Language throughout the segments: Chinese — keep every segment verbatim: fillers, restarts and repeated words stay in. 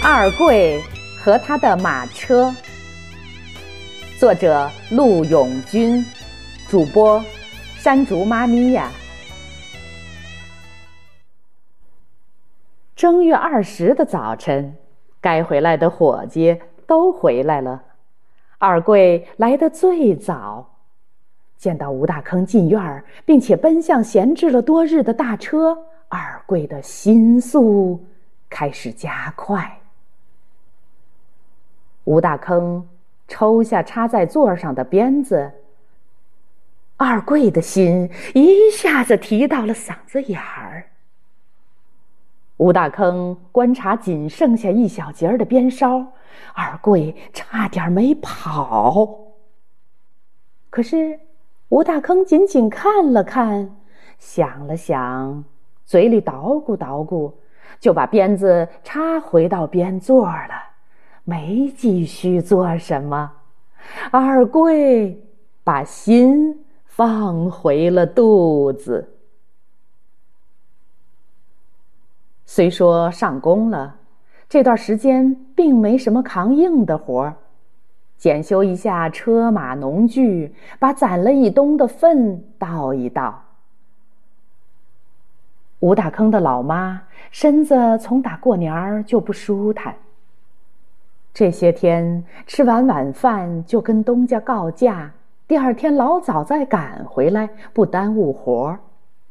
二贵和他的马车，作者陆永军，主播山竹妈咪呀。正月二十的早晨，该回来的伙计都回来了。二贵来得最早，见到吴大坑进院，并且奔向闲置了多日的大车，二贵的心速开始加快。吴大坑抽下插在座上的鞭子，二贵的心一下子提到了嗓子眼儿。吴大坑观察仅剩下一小截儿的鞭梢，二贵差点没跑。可是吴大坑仅仅看了看，想了想，嘴里捣鼓捣鼓，就把鞭子插回到鞭座了，没继续做什么。二贵把心放回了肚子。虽说上工了，这段时间并没什么扛硬的活儿，检修一下车马农具，把攒了一冬的粪倒一倒。吴大坑的老妈身子从打过年儿就不舒坦，这些天吃完晚饭就跟东家告假，第二天老早再赶回来，不耽误活儿。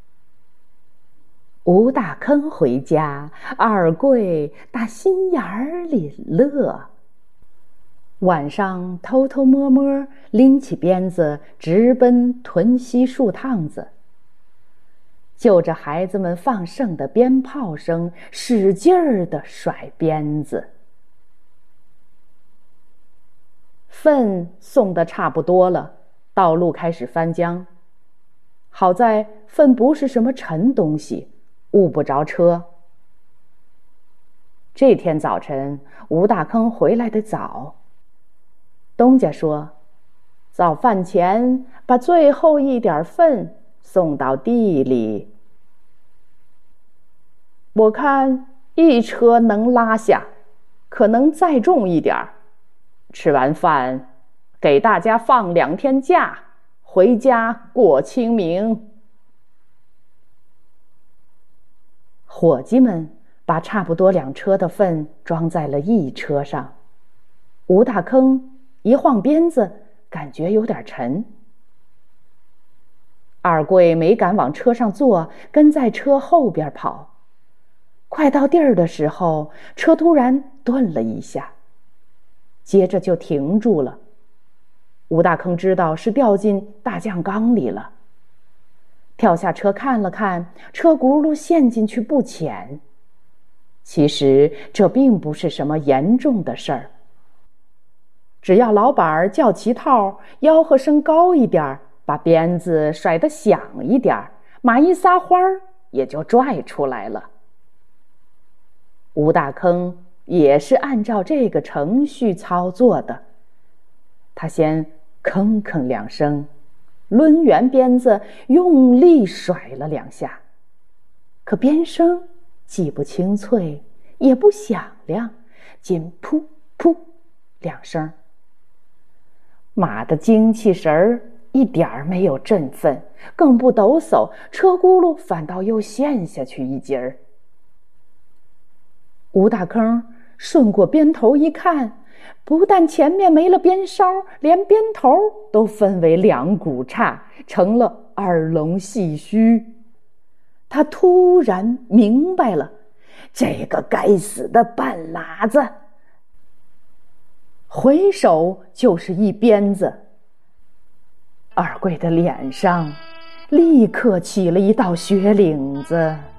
吴大坑回家，二贵打心眼儿里乐。晚上偷偷摸摸拎起鞭子，直奔屯溪树趟子，就着孩子们放剩的鞭炮声，使劲儿地甩鞭子。粪送得差不多了，道路开始翻浆。好在粪不是什么沉东西，误不着车。这天早晨，吴大坑回来得早。东家说，早饭前把最后一点粪送到地里。我看一车能拉下，可能再重一点儿。吃完饭，给大家放两天假，回家过清明。伙计们把差不多两车的粪装在了一车上。吴大坑一晃鞭子，感觉有点沉。二贵没敢往车上坐，跟在车后边跑。快到地儿的时候，车突然顿了一下，接着就停住了。吴大坑知道是掉进大酱缸里了，跳下车看了看，车轱辘陷进去不浅。其实这并不是什么严重的事儿，只要老板儿叫齐套，吆喝声高一点，把鞭子甩得响一点，马一撒欢儿也就拽出来了。吴大坑也是按照这个程序操作的。他先吭吭两声，抡圆鞭子用力甩了两下，可鞭声既不清脆也不响亮，仅噗噗两声。马的精气神儿一点儿没有振奋，更不抖擞，车轱辘反倒又陷下去一截儿。吴大坑顺过鞭头一看，不但前面没了鞭梢，连鞭头都分为两股叉，成了二龙戏须。他突然明白了，这个该死的半拉子，回手就是一鞭子。二贵的脸上立刻起了一道血领子。